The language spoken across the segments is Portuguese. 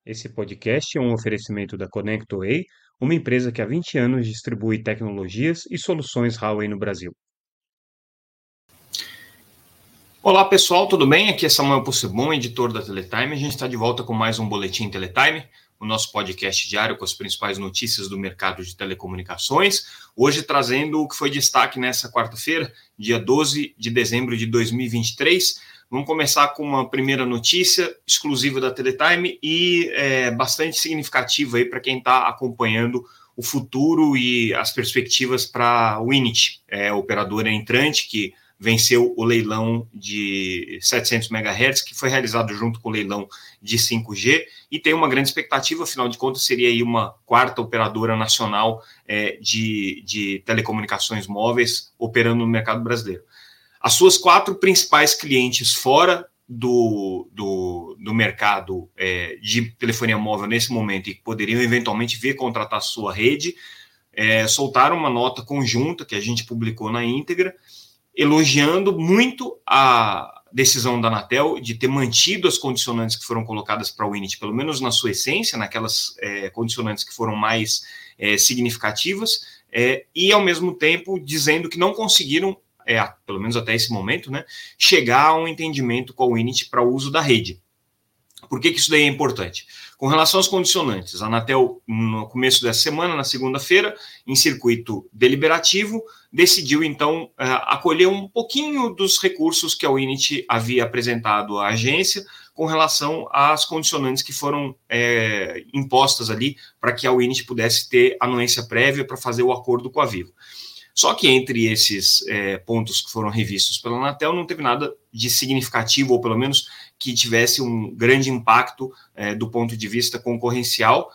Esse podcast é um oferecimento da ConnectWay, uma empresa que há 20 anos distribui tecnologias e soluções Huawei no Brasil. Olá pessoal, tudo bem? Aqui é Samuel Possebon, editor da Teletime. A gente está de volta com mais um Boletim Teletime, o nosso podcast diário com as principais notícias do mercado de telecomunicações. Hoje trazendo o que foi destaque nessa quarta-feira, dia 12 de dezembro de 2023. Vamos começar com uma primeira notícia exclusiva da Teletime e bastante significativa aí para quem está acompanhando o futuro e as perspectivas para a Winit, a operadora entrante que venceu o leilão de 700 MHz, que foi realizado junto com o leilão de 5G, e tem uma grande expectativa, afinal de contas, seria aí uma quarta operadora nacional de telecomunicações móveis operando no mercado brasileiro. As suas 4 principais clientes fora do mercado de telefonia móvel nesse momento e que poderiam eventualmente vir contratar sua rede, soltaram uma nota conjunta que a gente publicou na íntegra, elogiando muito a decisão da Anatel de ter mantido as condicionantes que foram colocadas para a Winit, pelo menos na sua essência, naquelas condicionantes que foram mais significativas, e ao mesmo tempo dizendo que não conseguiram, pelo menos até esse momento, né, chegar a um entendimento com a Winit para o uso da rede. Por que isso daí é importante? Com relação às condicionantes, a Anatel, no começo dessa semana, na segunda-feira, em circuito deliberativo, decidiu, então, acolher um pouquinho dos recursos que a Winit havia apresentado à agência com relação às condicionantes que foram impostas ali para que a Winit pudesse ter anuência prévia para fazer o acordo com a Vivo. Só que entre esses pontos que foram revistos pela Anatel não teve nada de significativo, ou pelo menos que tivesse um grande impacto do ponto de vista concorrencial,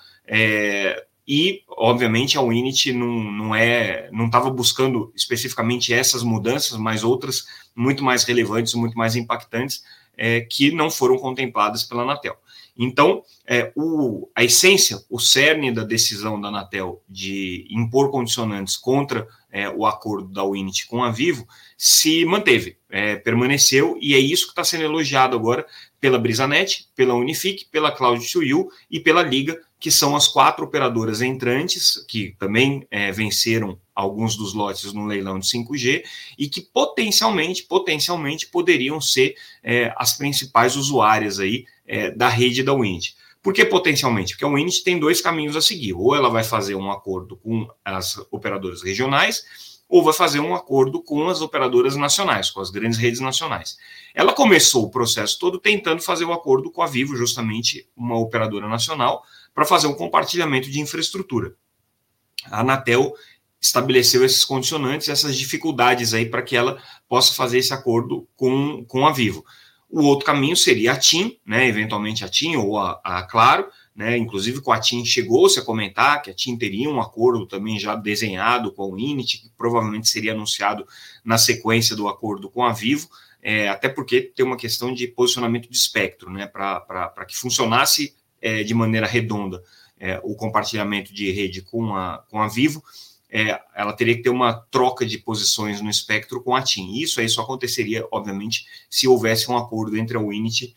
e, obviamente, a Winit não estava buscando especificamente essas mudanças, mas outras muito mais relevantes, muito mais impactantes, que não foram contempladas pela Anatel. Então, a essência, o cerne da decisão da Anatel de impor condicionantes contra o acordo da Winit com a Vivo se manteve, permaneceu, e é isso que está sendo elogiado agora pela Brisanet, pela Unifique, pela Cloud2U e pela Liga, que são as 4 operadoras entrantes, que também venceram alguns dos lotes no leilão de 5G e que potencialmente poderiam ser as principais usuárias aí da rede da Winit. Por que potencialmente? Porque a Winit tem 2 caminhos a seguir. Ou ela vai fazer um acordo com as operadoras regionais, ou vai fazer um acordo com as operadoras nacionais, com as grandes redes nacionais. Ela começou o processo todo tentando fazer um acordo com a Vivo, justamente uma operadora nacional, para fazer um compartilhamento de infraestrutura. A Anatel estabeleceu esses condicionantes, essas dificuldades aí para que ela possa fazer esse acordo com a Vivo. O outro caminho seria a TIM, né, eventualmente a TIM ou a Claro, né, inclusive com a TIM chegou-se a comentar que a TIM teria um acordo também já desenhado com a Winit, que provavelmente seria anunciado na sequência do acordo com a Vivo, até porque tem uma questão de posicionamento de espectro, né, para que funcionasse de maneira redonda o compartilhamento de rede com a Vivo, ela teria que ter uma troca de posições no espectro com a TIM. Isso aí só aconteceria, obviamente, se houvesse um acordo entre a Winit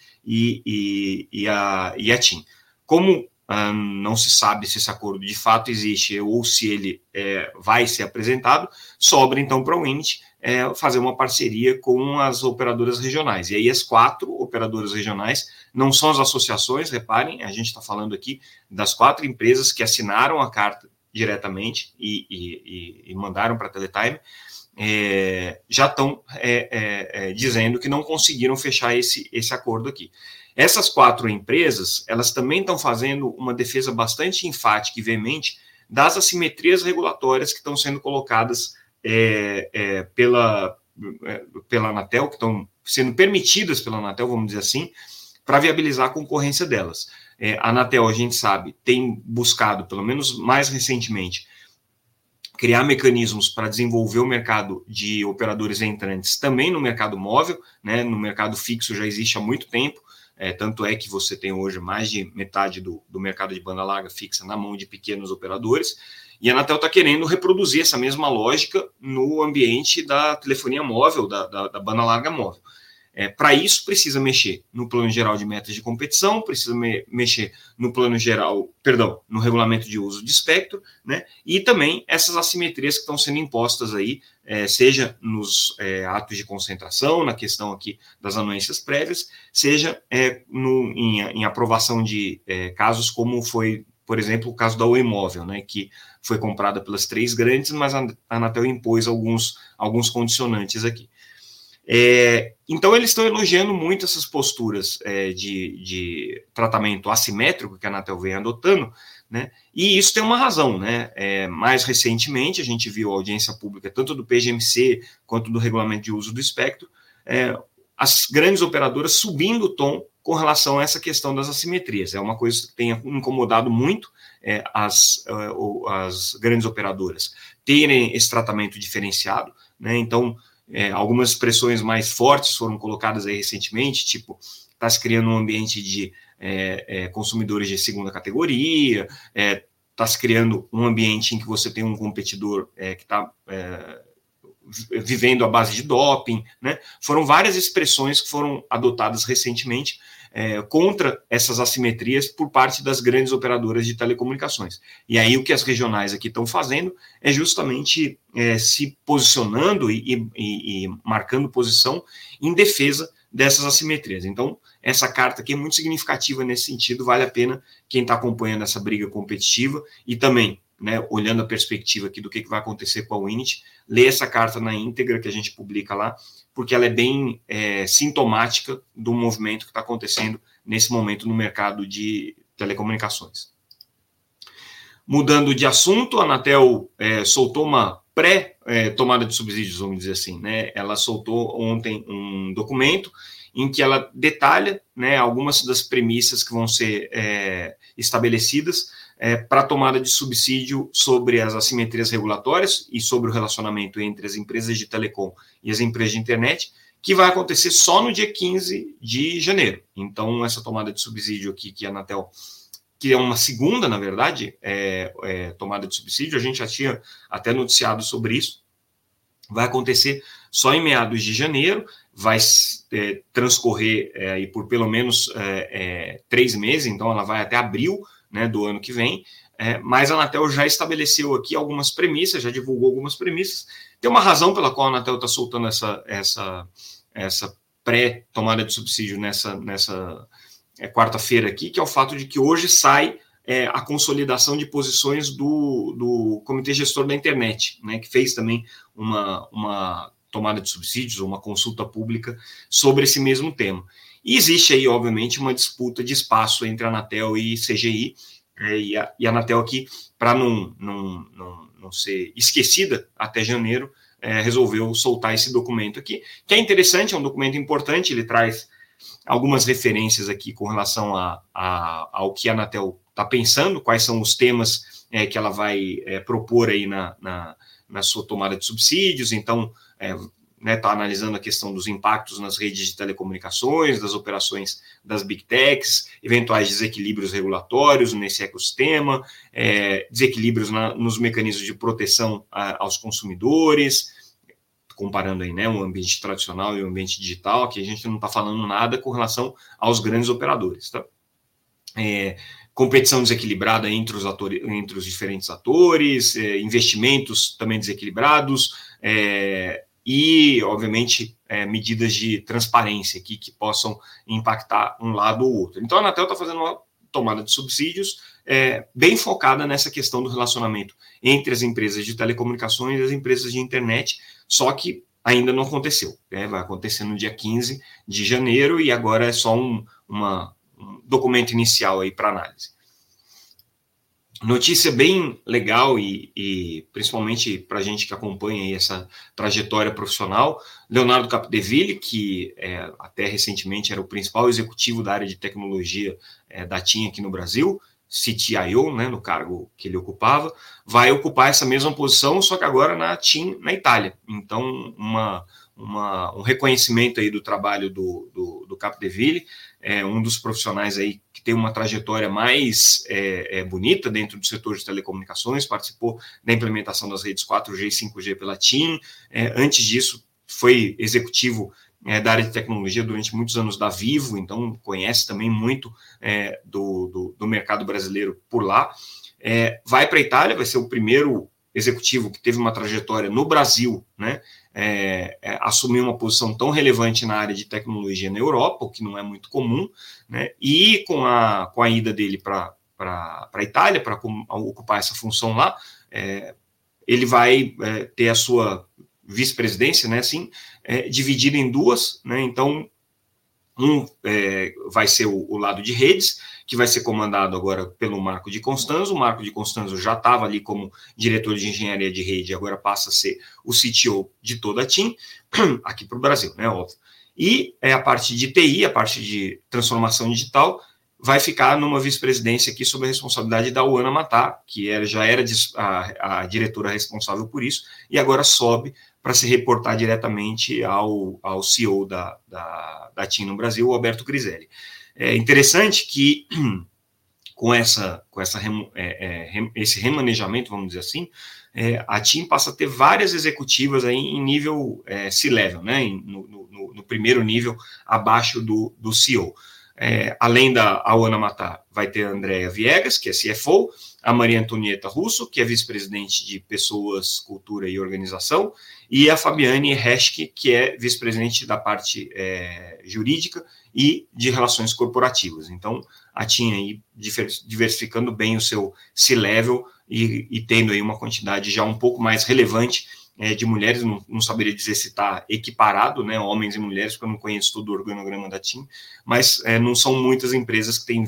e a TIM. Como não se sabe se esse acordo de fato existe ou se ele vai ser apresentado, sobra então para a Winit fazer uma parceria com as operadoras regionais. E aí as 4 operadoras regionais não são as associações, reparem, a gente está falando aqui das 4 empresas que assinaram a carta diretamente e mandaram para a Teletime, já estão dizendo que não conseguiram fechar esse acordo aqui. Essas 4 empresas, elas também estão fazendo uma defesa bastante enfática e veemente das assimetrias regulatórias que estão sendo colocadas pela Anatel, que estão sendo permitidas pela Anatel, vamos dizer assim, para viabilizar a concorrência delas. A Anatel, a gente sabe, tem buscado, pelo menos mais recentemente, criar mecanismos para desenvolver o mercado de operadores entrantes também no mercado móvel, né? No mercado fixo já existe há muito tempo, tanto é que você tem hoje mais de metade do mercado de banda larga fixa na mão de pequenos operadores, e a Anatel está querendo reproduzir essa mesma lógica no ambiente da telefonia móvel, da banda larga móvel. Para isso, precisa mexer no plano geral de metas de competição, precisa mexer no plano geral, perdão, no regulamento de uso de espectro, né? E também essas assimetrias que estão sendo impostas aí, seja nos atos de concentração, na questão aqui das anuências prévias, seja em aprovação de casos como foi, por exemplo, o caso da Oi Móvel, né, que foi comprada pelas 3 grandes, mas a Anatel impôs alguns condicionantes aqui. Então, eles estão elogiando muito essas posturas de tratamento assimétrico que a Anatel vem adotando, né? E isso tem uma razão, né? Mais recentemente, a gente viu a audiência pública tanto do PGMC quanto do regulamento de uso do espectro, as grandes operadoras subindo o tom com relação a essa questão das assimetrias. É uma coisa que tem incomodado muito as grandes operadoras terem esse tratamento diferenciado, né? Então, algumas expressões mais fortes foram colocadas aí recentemente, tipo, está se criando um ambiente de consumidores de segunda categoria, está se criando um ambiente em que você tem um competidor que está vivendo à base de doping, né? Foram várias expressões que foram adotadas recentemente contra essas assimetrias por parte das grandes operadoras de telecomunicações. E aí o que as regionais aqui estão fazendo é justamente se posicionando e marcando posição em defesa dessas assimetrias. Então, essa carta aqui é muito significativa nesse sentido, vale a pena quem está acompanhando essa briga competitiva e também, né, olhando a perspectiva aqui do que vai acontecer com a Winit, ler essa carta na íntegra que a gente publica lá, porque ela é bem sintomática do movimento que está acontecendo nesse momento no mercado de telecomunicações. Mudando de assunto, a Anatel soltou uma pré-tomada de subsídios, vamos dizer assim, né? Ela soltou ontem um documento em que ela detalha, né, algumas das premissas que vão ser estabelecidas para a tomada de subsídio sobre as assimetrias regulatórias e sobre o relacionamento entre as empresas de telecom e as empresas de internet, que vai acontecer só no dia 15 de janeiro. Então, essa tomada de subsídio aqui que a Anatel, que é uma segunda, na verdade, tomada de subsídio, a gente já tinha até noticiado sobre isso, vai acontecer só em meados de janeiro, vai transcorrer aí por pelo menos 3 meses, então ela vai até abril, né, do ano que vem, mas a Anatel já estabeleceu aqui algumas premissas, já divulgou algumas premissas. Tem uma razão pela qual a Anatel está soltando essa pré-tomada de subsídio nessa quarta-feira aqui, que é o fato de que hoje sai a consolidação de posições do Comitê Gestor da Internet, né, que fez também uma tomada de subsídios, ou uma consulta pública sobre esse mesmo tema. E existe aí, obviamente, uma disputa de espaço entre a Anatel e CGI, e a Anatel aqui, para não ser esquecida até janeiro, resolveu soltar esse documento aqui, que é interessante, é um documento importante, ele traz algumas referências aqui com relação ao que a Anatel está pensando, quais são os temas que ela vai propor aí na sua tomada de subsídios. Então, está analisando a questão dos impactos nas redes de telecomunicações, das operações das Big Techs, eventuais desequilíbrios regulatórios nesse ecossistema, desequilíbrios nos mecanismos de proteção aos consumidores, comparando aí, né, um ambiente tradicional e o ambiente digital, aqui a gente não está falando nada com relação aos grandes operadores, tá? Competição desequilibrada entre os diferentes atores, investimentos também desequilibrados, e, obviamente, medidas de transparência aqui que possam impactar um lado ou outro. Então, a Anatel está fazendo uma tomada de subsídios bem focada nessa questão do relacionamento entre as empresas de telecomunicações e as empresas de internet, só que ainda não aconteceu. Vai acontecer no dia 15 de janeiro e agora é só um documento inicial aí para análise. Notícia bem legal e principalmente para a gente que acompanha aí essa trajetória profissional, Leonardo Capdeville, que até recentemente era o principal executivo da área de tecnologia da TIM aqui no Brasil, CTIO, né, no cargo que ele ocupava, vai ocupar essa mesma posição, só que agora na TIM, na Itália. Então, um reconhecimento aí do trabalho do Capdeville, um dos profissionais aí que tem uma trajetória mais bonita dentro do setor de telecomunicações, participou da implementação das redes 4G e 5G pela TIM, antes disso foi executivo da área de tecnologia durante muitos anos da Vivo, então conhece também muito do mercado brasileiro por lá. Vai para a Itália, vai ser o primeiro executivo que teve uma trajetória no Brasil, né, assumir uma posição tão relevante na área de tecnologia na Europa, o que não é muito comum, né, e com a ida dele para a Itália, para ocupar essa função lá, ele vai ter a sua vice-presidência, né, assim, dividida em duas, né, então vai ser o lado de redes, que vai ser comandado agora pelo Marco de Constanzo. O Marco de Constanzo já estava ali como diretor de engenharia de rede, agora passa a ser o CTO de toda a TIM, aqui para o Brasil, né, óbvio. E a parte de TI, a parte de transformação digital, vai ficar numa vice-presidência aqui sob a responsabilidade da Oana Matar, que já era a diretora responsável por isso, e agora sobe para se reportar diretamente ao CEO da TIM no Brasil, o Alberto Griselli. É interessante que com esse remanejamento, vamos dizer assim, a TIM passa a ter várias executivas aí em nível C-level, né, no primeiro nível abaixo do CEO. Além da Oana Matar, vai ter a Andrea Viegas, que é CFO, a Maria Antonieta Russo, que é vice-presidente de Pessoas, Cultura e Organização, e a Fabiane Reschke, que é vice-presidente da parte jurídica e de relações corporativas. Então, a TIM aí diversificando bem o seu C-level e tendo aí uma quantidade já um pouco mais relevante de mulheres, não saberia dizer se está equiparado, né, homens e mulheres, porque eu não conheço todo o organograma da TIM, mas não são muitas empresas que têm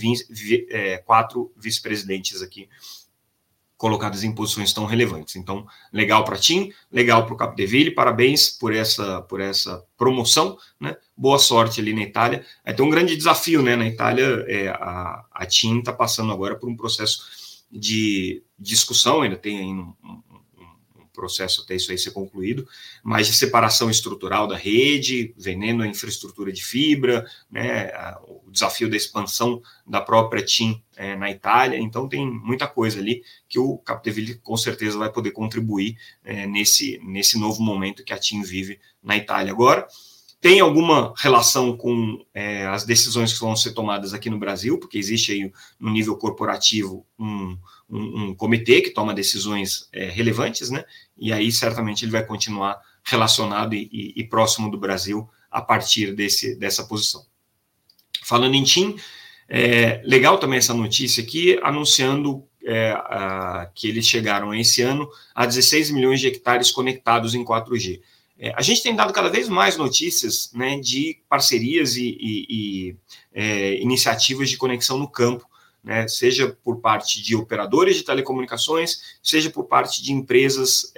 4 vice-presidentes aqui colocadas em posições tão relevantes. Então, legal para a TIM, legal para o Capdeville, parabéns por essa promoção, né? Boa sorte ali na Itália. Tem um grande desafio, né? Na Itália, a TIM está passando agora por um processo de discussão, ainda tem aí um processo até isso aí ser concluído, mas de separação estrutural da rede, vendendo a infraestrutura de fibra, né, o desafio da expansão da própria TIM na Itália. Então tem muita coisa ali que o Capdeville com certeza vai poder contribuir nesse novo momento que a TIM vive na Itália agora. Tem alguma relação com as decisões que vão ser tomadas aqui no Brasil, porque existe aí no nível corporativo um comitê que toma decisões relevantes, né? E aí certamente ele vai continuar relacionado e próximo do Brasil a partir dessa posição. Falando em TIM, legal também essa notícia aqui, anunciando que eles chegaram esse ano a 16 milhões de hectares conectados em 4G. A gente tem dado cada vez mais notícias, né, de parcerias e iniciativas de conexão no campo, né, seja por parte de operadores de telecomunicações, seja por parte de empresas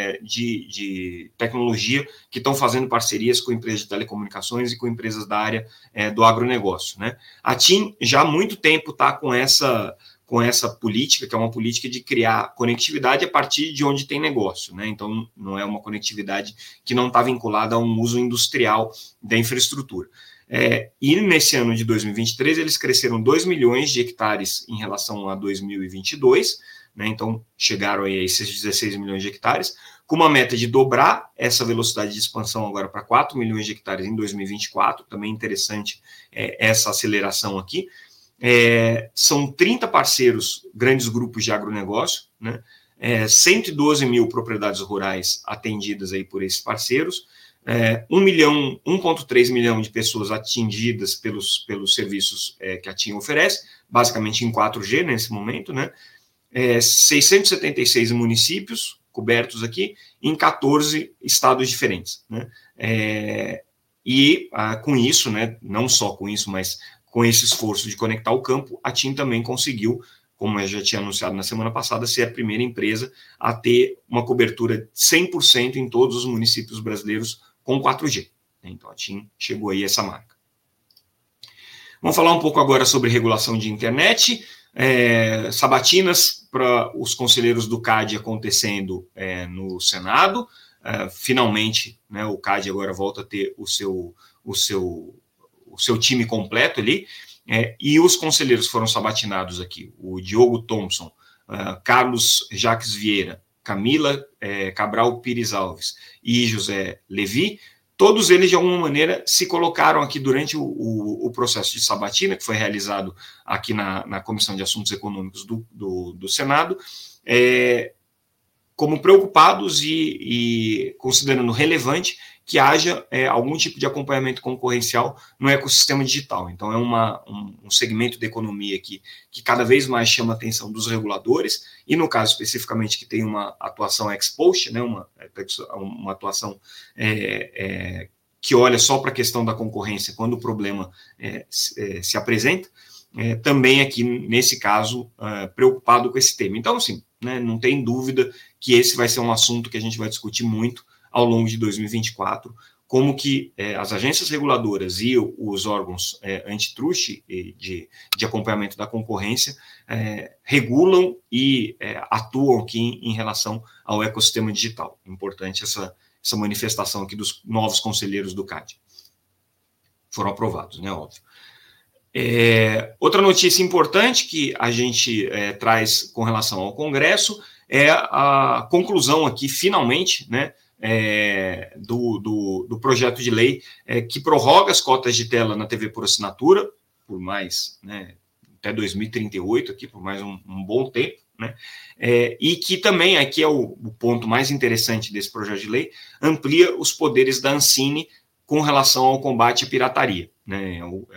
de tecnologia que estão fazendo parcerias com empresas de telecomunicações e com empresas da área do agronegócio, né. A TIM já há muito tempo está com essa política, que é uma política de criar conectividade a partir de onde tem negócio, né? Então, não é uma conectividade que não está vinculada a um uso industrial da infraestrutura. E nesse ano de 2023, eles cresceram 2 milhões de hectares em relação a 2022, né? Então, chegaram aí a esses 16 milhões de hectares, com uma meta de dobrar essa velocidade de expansão agora para 4 milhões de hectares em 2024, também interessante essa aceleração aqui. São 30 parceiros, grandes grupos de agronegócio, né? 112 mil propriedades rurais atendidas aí por esses parceiros, 1,3 milhão de pessoas atingidas pelos serviços que a TIM oferece, basicamente em 4G nesse momento, né? 676 municípios cobertos aqui em 14 estados diferentes, né? Com isso, né, não só com isso, mas com esse esforço de conectar o campo, a TIM também conseguiu, como eu já tinha anunciado na semana passada, ser a primeira empresa a ter uma cobertura 100% em todos os municípios brasileiros com 4G. Então, a TIM chegou aí a essa marca. Vamos falar um pouco agora sobre regulação de internet. Sabatinas para os conselheiros do CAD acontecendo no Senado. Finalmente, né, o CAD agora volta a ter o seu time completo ali, e os conselheiros foram sabatinados aqui, o Diogo Thompson, Carlos Jacques Vieira, Camila Cabral Pires Alves e José Levi, todos eles, de alguma maneira, se colocaram aqui durante o processo de sabatina, que foi realizado aqui na Comissão de Assuntos Econômicos do Senado, como preocupados e considerando relevante que haja algum tipo de acompanhamento concorrencial no ecossistema digital. Então, é um segmento da economia que cada vez mais chama a atenção dos reguladores, e no caso especificamente que tem uma atuação ex post, né, uma atuação que olha só para a questão da concorrência quando o problema se apresenta, também aqui, nesse caso, preocupado com esse tema. Então, assim, né, não tem dúvida que esse vai ser um assunto que a gente vai discutir muito ao longo de 2024, como que as agências reguladoras e os órgãos antitruste de acompanhamento da concorrência regulam e atuam aqui em relação ao ecossistema digital. Importante essa manifestação aqui dos novos conselheiros do CAD. Foram aprovados, né, óbvio. Outra notícia importante que a gente traz com relação ao Congresso é a conclusão aqui, finalmente, né, do projeto de lei que prorroga as cotas de tela na TV por assinatura por mais, né, até 2038, aqui, por mais um bom tempo, né, e que também, aqui é o ponto mais interessante desse projeto de lei, amplia os poderes da Ancine com relação ao combate à pirataria, né,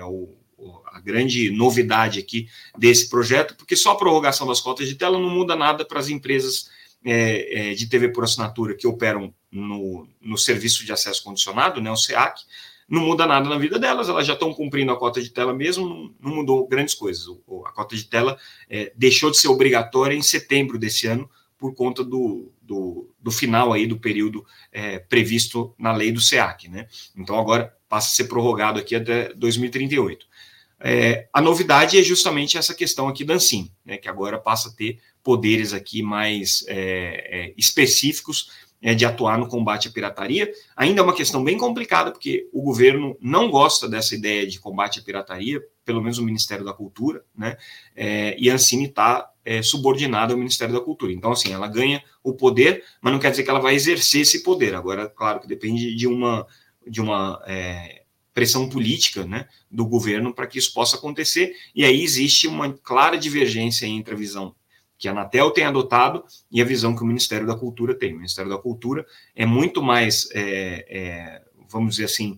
a grande novidade aqui desse projeto, porque só a prorrogação das cotas de tela não muda nada para as empresas de TV por assinatura que operam no serviço de acesso condicionado, né, o SEAC, não muda nada na vida delas, elas já estão cumprindo a cota de tela mesmo, não mudou grandes coisas. A cota de tela deixou de ser obrigatória em setembro desse ano, por conta do final aí do período previsto na lei do SEAC, né? Então agora passa a ser prorrogado aqui até 2038. A novidade é justamente essa questão aqui da Ancine, né, que agora passa a ter poderes aqui mais específicos de atuar no combate à pirataria. Ainda é uma questão bem complicada, porque o governo não gosta dessa ideia de combate à pirataria, pelo menos o Ministério da Cultura, né, e a Ancine está subordinada ao Ministério da Cultura. Então, assim, ela ganha o poder, mas não quer dizer que ela vai exercer esse poder. Agora, claro que depende de uma pressão política, né, do governo para que isso possa acontecer, e aí existe uma clara divergência entre a visão que a Anatel tem adotado e a visão que o Ministério da Cultura tem. O Ministério da Cultura é muito mais, vamos dizer assim,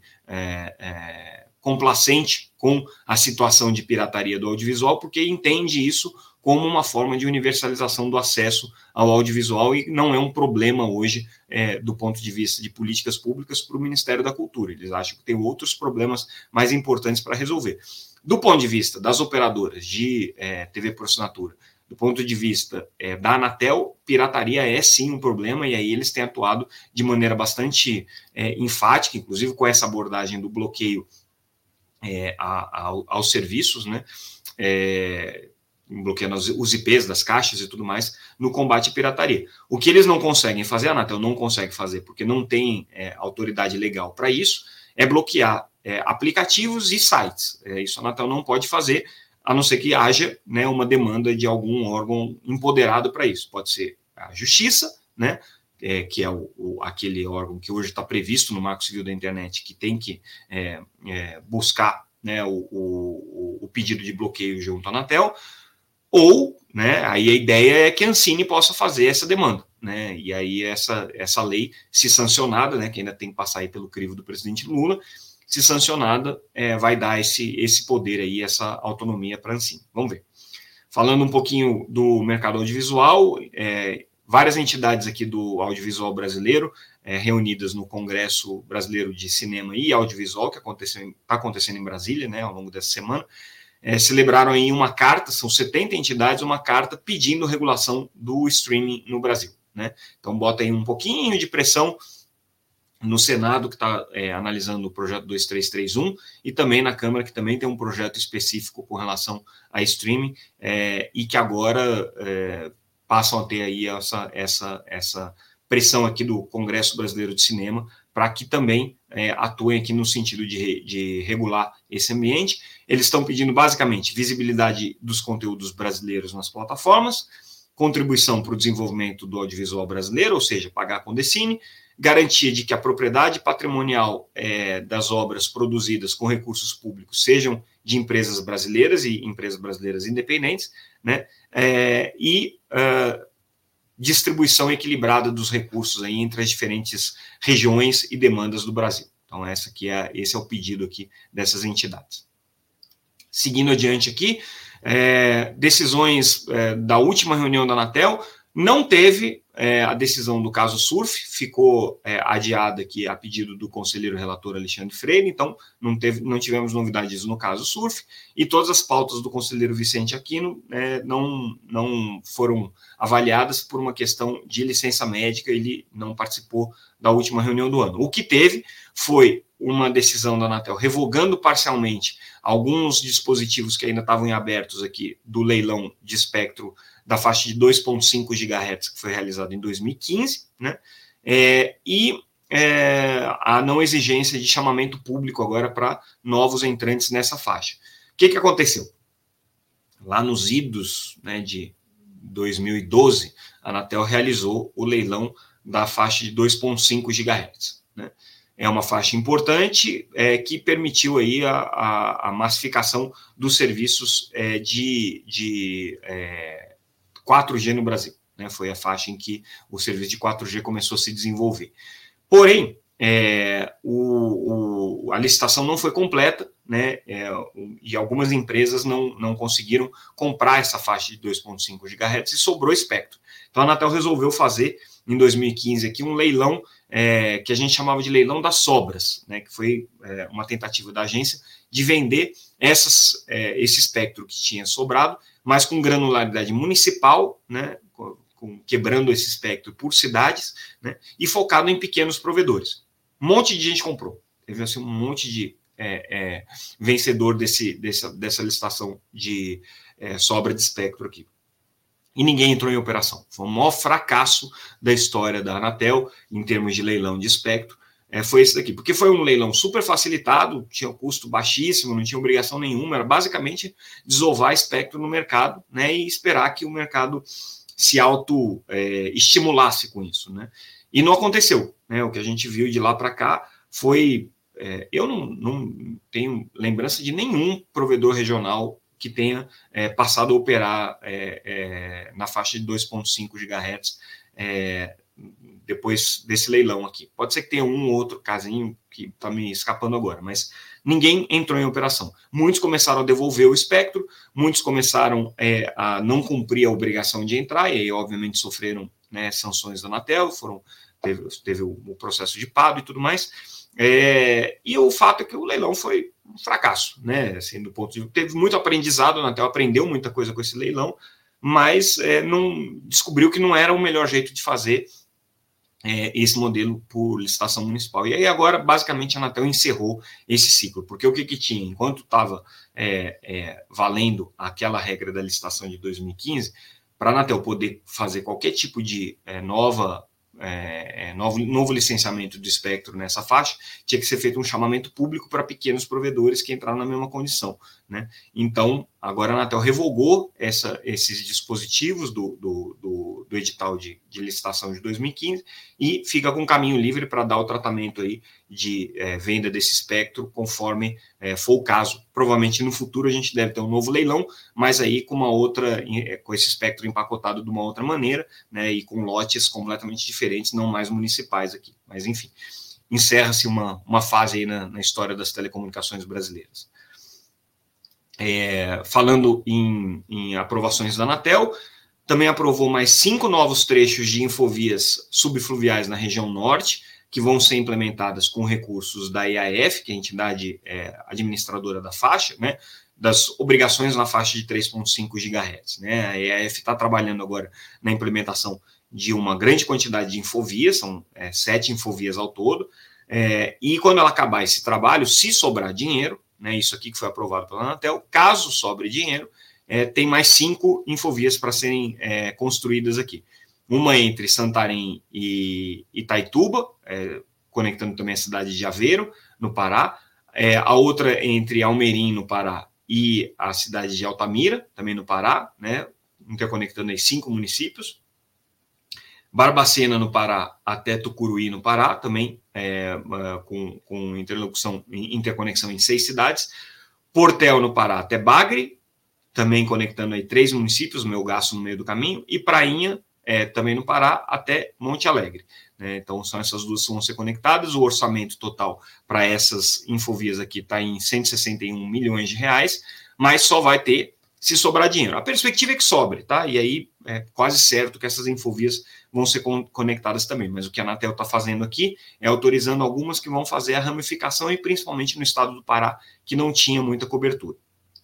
complacente com a situação de pirataria do audiovisual, porque entende isso como uma forma de universalização do acesso ao audiovisual e não é um problema hoje do ponto de vista de políticas públicas para o Ministério da Cultura. Eles acham que tem outros problemas mais importantes para resolver. Do ponto de vista das operadoras de TV por assinatura, do ponto de vista da Anatel, pirataria é sim um problema, e aí eles têm atuado de maneira bastante enfática, inclusive com essa abordagem do bloqueio aos serviços, né, bloqueando os IPs das caixas e tudo mais, no combate à pirataria. O que eles não conseguem fazer, a Anatel não consegue fazer, porque não tem autoridade legal para isso, é bloquear aplicativos e sites. Isso a Anatel não pode fazer, a não ser que haja, né, uma demanda de algum órgão empoderado para isso. Pode ser a Justiça, né, que é aquele órgão que hoje está previsto no Marco Civil da Internet, que tem que buscar, né, o pedido de bloqueio junto à Anatel, ou, né, aí a ideia é que a Ancine possa fazer essa demanda, né, e aí essa lei, se sancionada, né, que ainda tem que passar aí pelo crivo do presidente Lula, se sancionada, vai dar esse poder aí, essa autonomia para a Ancine. Vamos ver. Falando um pouquinho do mercado audiovisual, várias entidades aqui do audiovisual brasileiro reunidas no Congresso Brasileiro de Cinema e Audiovisual, que está acontecendo em Brasília, né, ao longo dessa semana, celebraram aí uma carta, são 70 entidades, uma carta pedindo regulação do streaming no Brasil, né? Então bota aí um pouquinho de pressão no Senado, que está analisando o projeto 2331, e também na Câmara, que também tem um projeto específico com relação a streaming, e que agora passam a ter aí essa pressão aqui do Congresso Brasileiro de Cinema, para que também atuem aqui no sentido de regular esse ambiente. Eles estão pedindo, basicamente, visibilidade dos conteúdos brasileiros nas plataformas, contribuição para o desenvolvimento do audiovisual brasileiro, ou seja, pagar a Condecine, garantia de que a propriedade patrimonial das obras produzidas com recursos públicos sejam de empresas brasileiras e empresas brasileiras independentes, né? Distribuição equilibrada dos recursos aí entre as diferentes regiões e demandas do Brasil. Então, esse é o pedido aqui dessas entidades. Seguindo adiante aqui, decisões da última reunião da Anatel, não teve a decisão do caso SURF, ficou adiada aqui a pedido do conselheiro relator Alexandre Freire, então não tivemos novidades no caso SURF, e todas as pautas do conselheiro Vicente Aquino não foram avaliadas por uma questão de licença médica, ele não participou da última reunião do ano. O que teve foi uma decisão da Anatel revogando parcialmente alguns dispositivos que ainda estavam em abertos aqui do leilão de espectro da faixa de 2,5 GHz, que foi realizado em 2015, né? A não exigência de chamamento público agora para novos entrantes nessa faixa. O que aconteceu? Lá nos idos, né, de 2012, a Anatel realizou o leilão da faixa de 2,5 GHz, né? É uma faixa importante que permitiu aí a massificação dos serviços de 4G no Brasil, né? Foi a faixa em que o serviço de 4G começou a se desenvolver. Porém, a licitação não foi completa, né? E algumas empresas não conseguiram comprar essa faixa de 2,5 GHz e sobrou espectro. Então, a Anatel resolveu fazer, em 2015, aqui, um leilão que a gente chamava de leilão das sobras, né? Que foi uma tentativa da agência de vender esse espectro que tinha sobrado, mas com granularidade municipal, né? Quebrando esse espectro por cidades, né? E focado em pequenos provedores. Um monte de gente comprou. Teve assim, um monte de vencedor dessa licitação de sobra de espectro aqui. E ninguém entrou em operação. Foi o maior fracasso da história da Anatel, em termos de leilão de espectro, foi esse daqui. Porque foi um leilão super facilitado, tinha um custo baixíssimo, não tinha obrigação nenhuma, era basicamente desovar espectro no mercado, né, e esperar que o mercado se auto-estimulasse com isso, né? E não aconteceu, né? O que a gente viu de lá para cá foi... eu não tenho lembrança de nenhum provedor regional que tenha passado a operar na faixa de 2,5 GHz depois desse leilão aqui. Pode ser que tenha um ou outro casinho que está me escapando agora, mas ninguém entrou em operação. Muitos começaram a devolver o espectro, muitos começaram a não cumprir a obrigação de entrar, e aí, obviamente, sofreram, né, sanções da Anatel, teve o processo de PAD e tudo mais. E o fato é que o leilão foi um fracasso, né? Assim, do ponto de vista, teve muito aprendizado, a Anatel aprendeu muita coisa com esse leilão, mas não descobriu que não era o melhor jeito de fazer esse modelo por licitação municipal. E aí agora, basicamente, a Anatel encerrou esse ciclo, porque o que tinha? Enquanto estava valendo aquela regra da licitação de 2015, para a Anatel poder fazer qualquer tipo de novo licenciamento de espectro nessa faixa, tinha que ser feito um chamamento público para pequenos provedores que entraram na mesma condição, né? Então, agora a Anatel revogou esses dispositivos do edital de licitação de 2015 e fica com caminho livre para dar o tratamento aí de venda desse espectro conforme for o caso. Provavelmente no futuro a gente deve ter um novo leilão, mas aí com com esse espectro empacotado de uma outra maneira, né, e com lotes completamente diferentes, não mais municipais aqui. Mas enfim, encerra-se uma fase aí na história das telecomunicações brasileiras. Falando em aprovações da Anatel, também aprovou mais 5 novos trechos de infovias subfluviais na região norte, que vão ser implementadas com recursos da EAF, que é a entidade administradora da faixa, né, das obrigações na faixa de 3,5 GHz. Né? A EAF está trabalhando agora na implementação de uma grande quantidade de infovias, são 7 infovias ao todo, e quando ela acabar esse trabalho, se sobrar dinheiro, né, isso aqui que foi aprovado pela Anatel, caso sobre dinheiro, tem mais 5 infovias para serem construídas aqui. Uma entre Santarém e Itaituba, conectando também a cidade de Aveiro, no Pará. A outra entre Almerim, no Pará, e a cidade de Altamira, também no Pará, né, interconectando aí 5 municípios. Barbacena, no Pará, até Tucuruí, no Pará, também com interconexão em 6 cidades. Portel, no Pará, até Bagre, também conectando aí 3 municípios, Melgaço no meio do caminho, e Prainha, também no Pará, até Monte Alegre. Né? Então, são essas duas que vão ser conectadas. O orçamento total para essas infovias aqui está em 161 milhões de reais, mas só vai ter se sobrar dinheiro. A perspectiva é que sobre, tá? E aí é quase certo que essas infovias vão ser conectadas também. Mas o que a Anatel está fazendo aqui é autorizando algumas que vão fazer a ramificação, e principalmente no estado do Pará, que não tinha muita cobertura.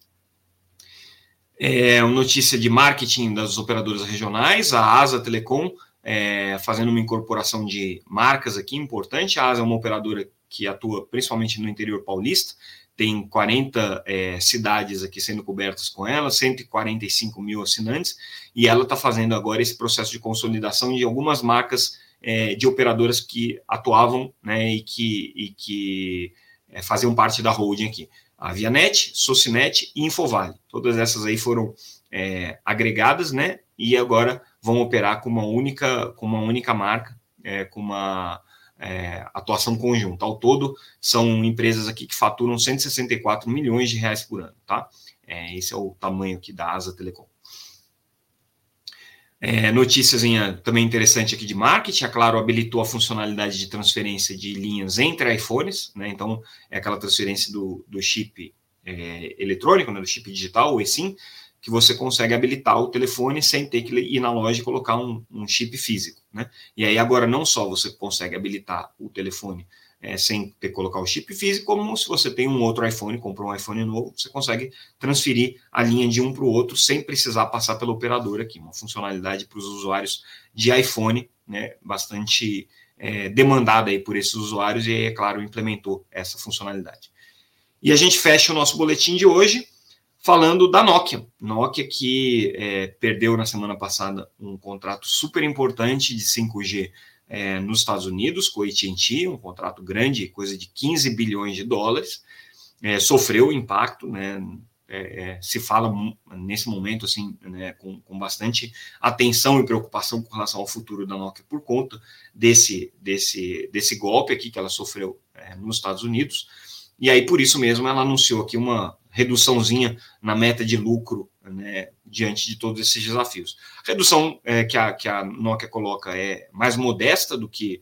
Notícia de marketing das operadoras regionais, a Asa Telecom fazendo uma incorporação de marcas aqui importante. A Asa é uma operadora que atua principalmente no interior paulista, tem 40 cidades aqui sendo cobertas com ela, 145 mil assinantes, e ela está fazendo agora esse processo de consolidação de algumas marcas de operadoras que atuavam, né, e que faziam parte da holding aqui. A Vianet, Socinet e Infovale. Todas essas aí foram agregadas, né, e agora vão operar com uma única marca, com uma atuação conjunta. Ao todo, são empresas aqui que faturam 164 milhões de reais por ano, tá? Esse é o tamanho aqui da Asa Telecom. Notíciazinha também interessante aqui de marketing. A Claro habilitou a funcionalidade de transferência de linhas entre iPhones, né? Então, é aquela transferência do chip eletrônico, né? Do chip digital, o eSIM, que você consegue habilitar o telefone sem ter que ir na loja e colocar um chip físico, né? E aí agora não só você consegue habilitar o telefone sem ter que colocar o chip físico, como se você tem um outro iPhone, comprou um iPhone novo, você consegue transferir a linha de um para o outro sem precisar passar pela operadora aqui. Uma funcionalidade para os usuários de iPhone, né, bastante demandada aí por esses usuários, e aí, é claro, implementou essa funcionalidade. E a gente fecha o nosso boletim de hoje falando da Nokia. Nokia que perdeu na semana passada um contrato super importante de 5G nos Estados Unidos, com a AT&T, um contrato grande, coisa de 15 bilhões de dólares, sofreu impacto, né? Se fala nesse momento assim, né, com bastante atenção e preocupação com relação ao futuro da Nokia por conta desse golpe aqui que ela sofreu nos Estados Unidos. E aí, por isso mesmo, ela anunciou aqui uma reduçãozinha na meta de lucro, né, diante de todos esses desafios. A redução que a Nokia coloca é mais modesta do que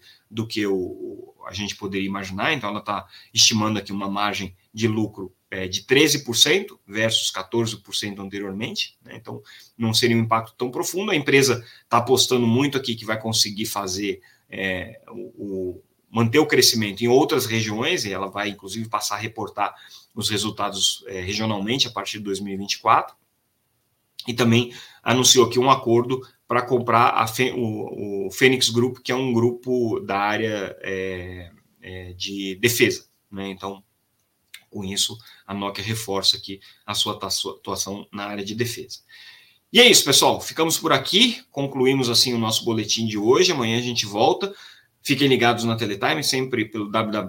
a gente poderia imaginar, então ela está estimando aqui uma margem de lucro de 13% versus 14% anteriormente, né? Então não seria um impacto tão profundo. A empresa está apostando muito aqui que vai conseguir fazer manter o crescimento em outras regiões, e ela vai, inclusive, passar a reportar os resultados regionalmente a partir de 2024. E também anunciou aqui um acordo para comprar o Phoenix Group, que é um grupo da área de defesa, né? Então, com isso, a Nokia reforça aqui a sua atuação na área de defesa. E é isso, pessoal. Ficamos por aqui. Concluímos, assim, o nosso boletim de hoje. Amanhã a gente volta. Fiquem ligados na Teletime, sempre pelo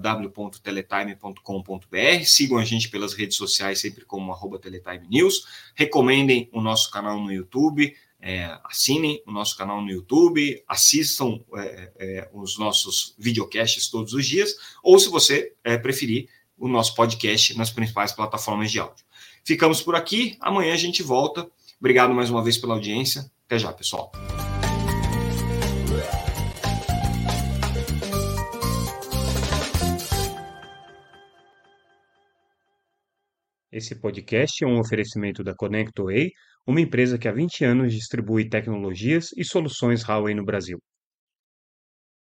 www.teletime.com.br. Sigam a gente pelas redes sociais, sempre como @Teletime News. Recomendem o nosso canal no YouTube, assinem o nosso canal no YouTube, assistam os nossos videocasts todos os dias, ou, se você preferir, o nosso podcast nas principais plataformas de áudio. Ficamos por aqui. Amanhã a gente volta. Obrigado mais uma vez pela audiência. Até já, pessoal. Esse podcast é um oferecimento da ConnectWay, uma empresa que há 20 anos distribui tecnologias e soluções Huawei no Brasil.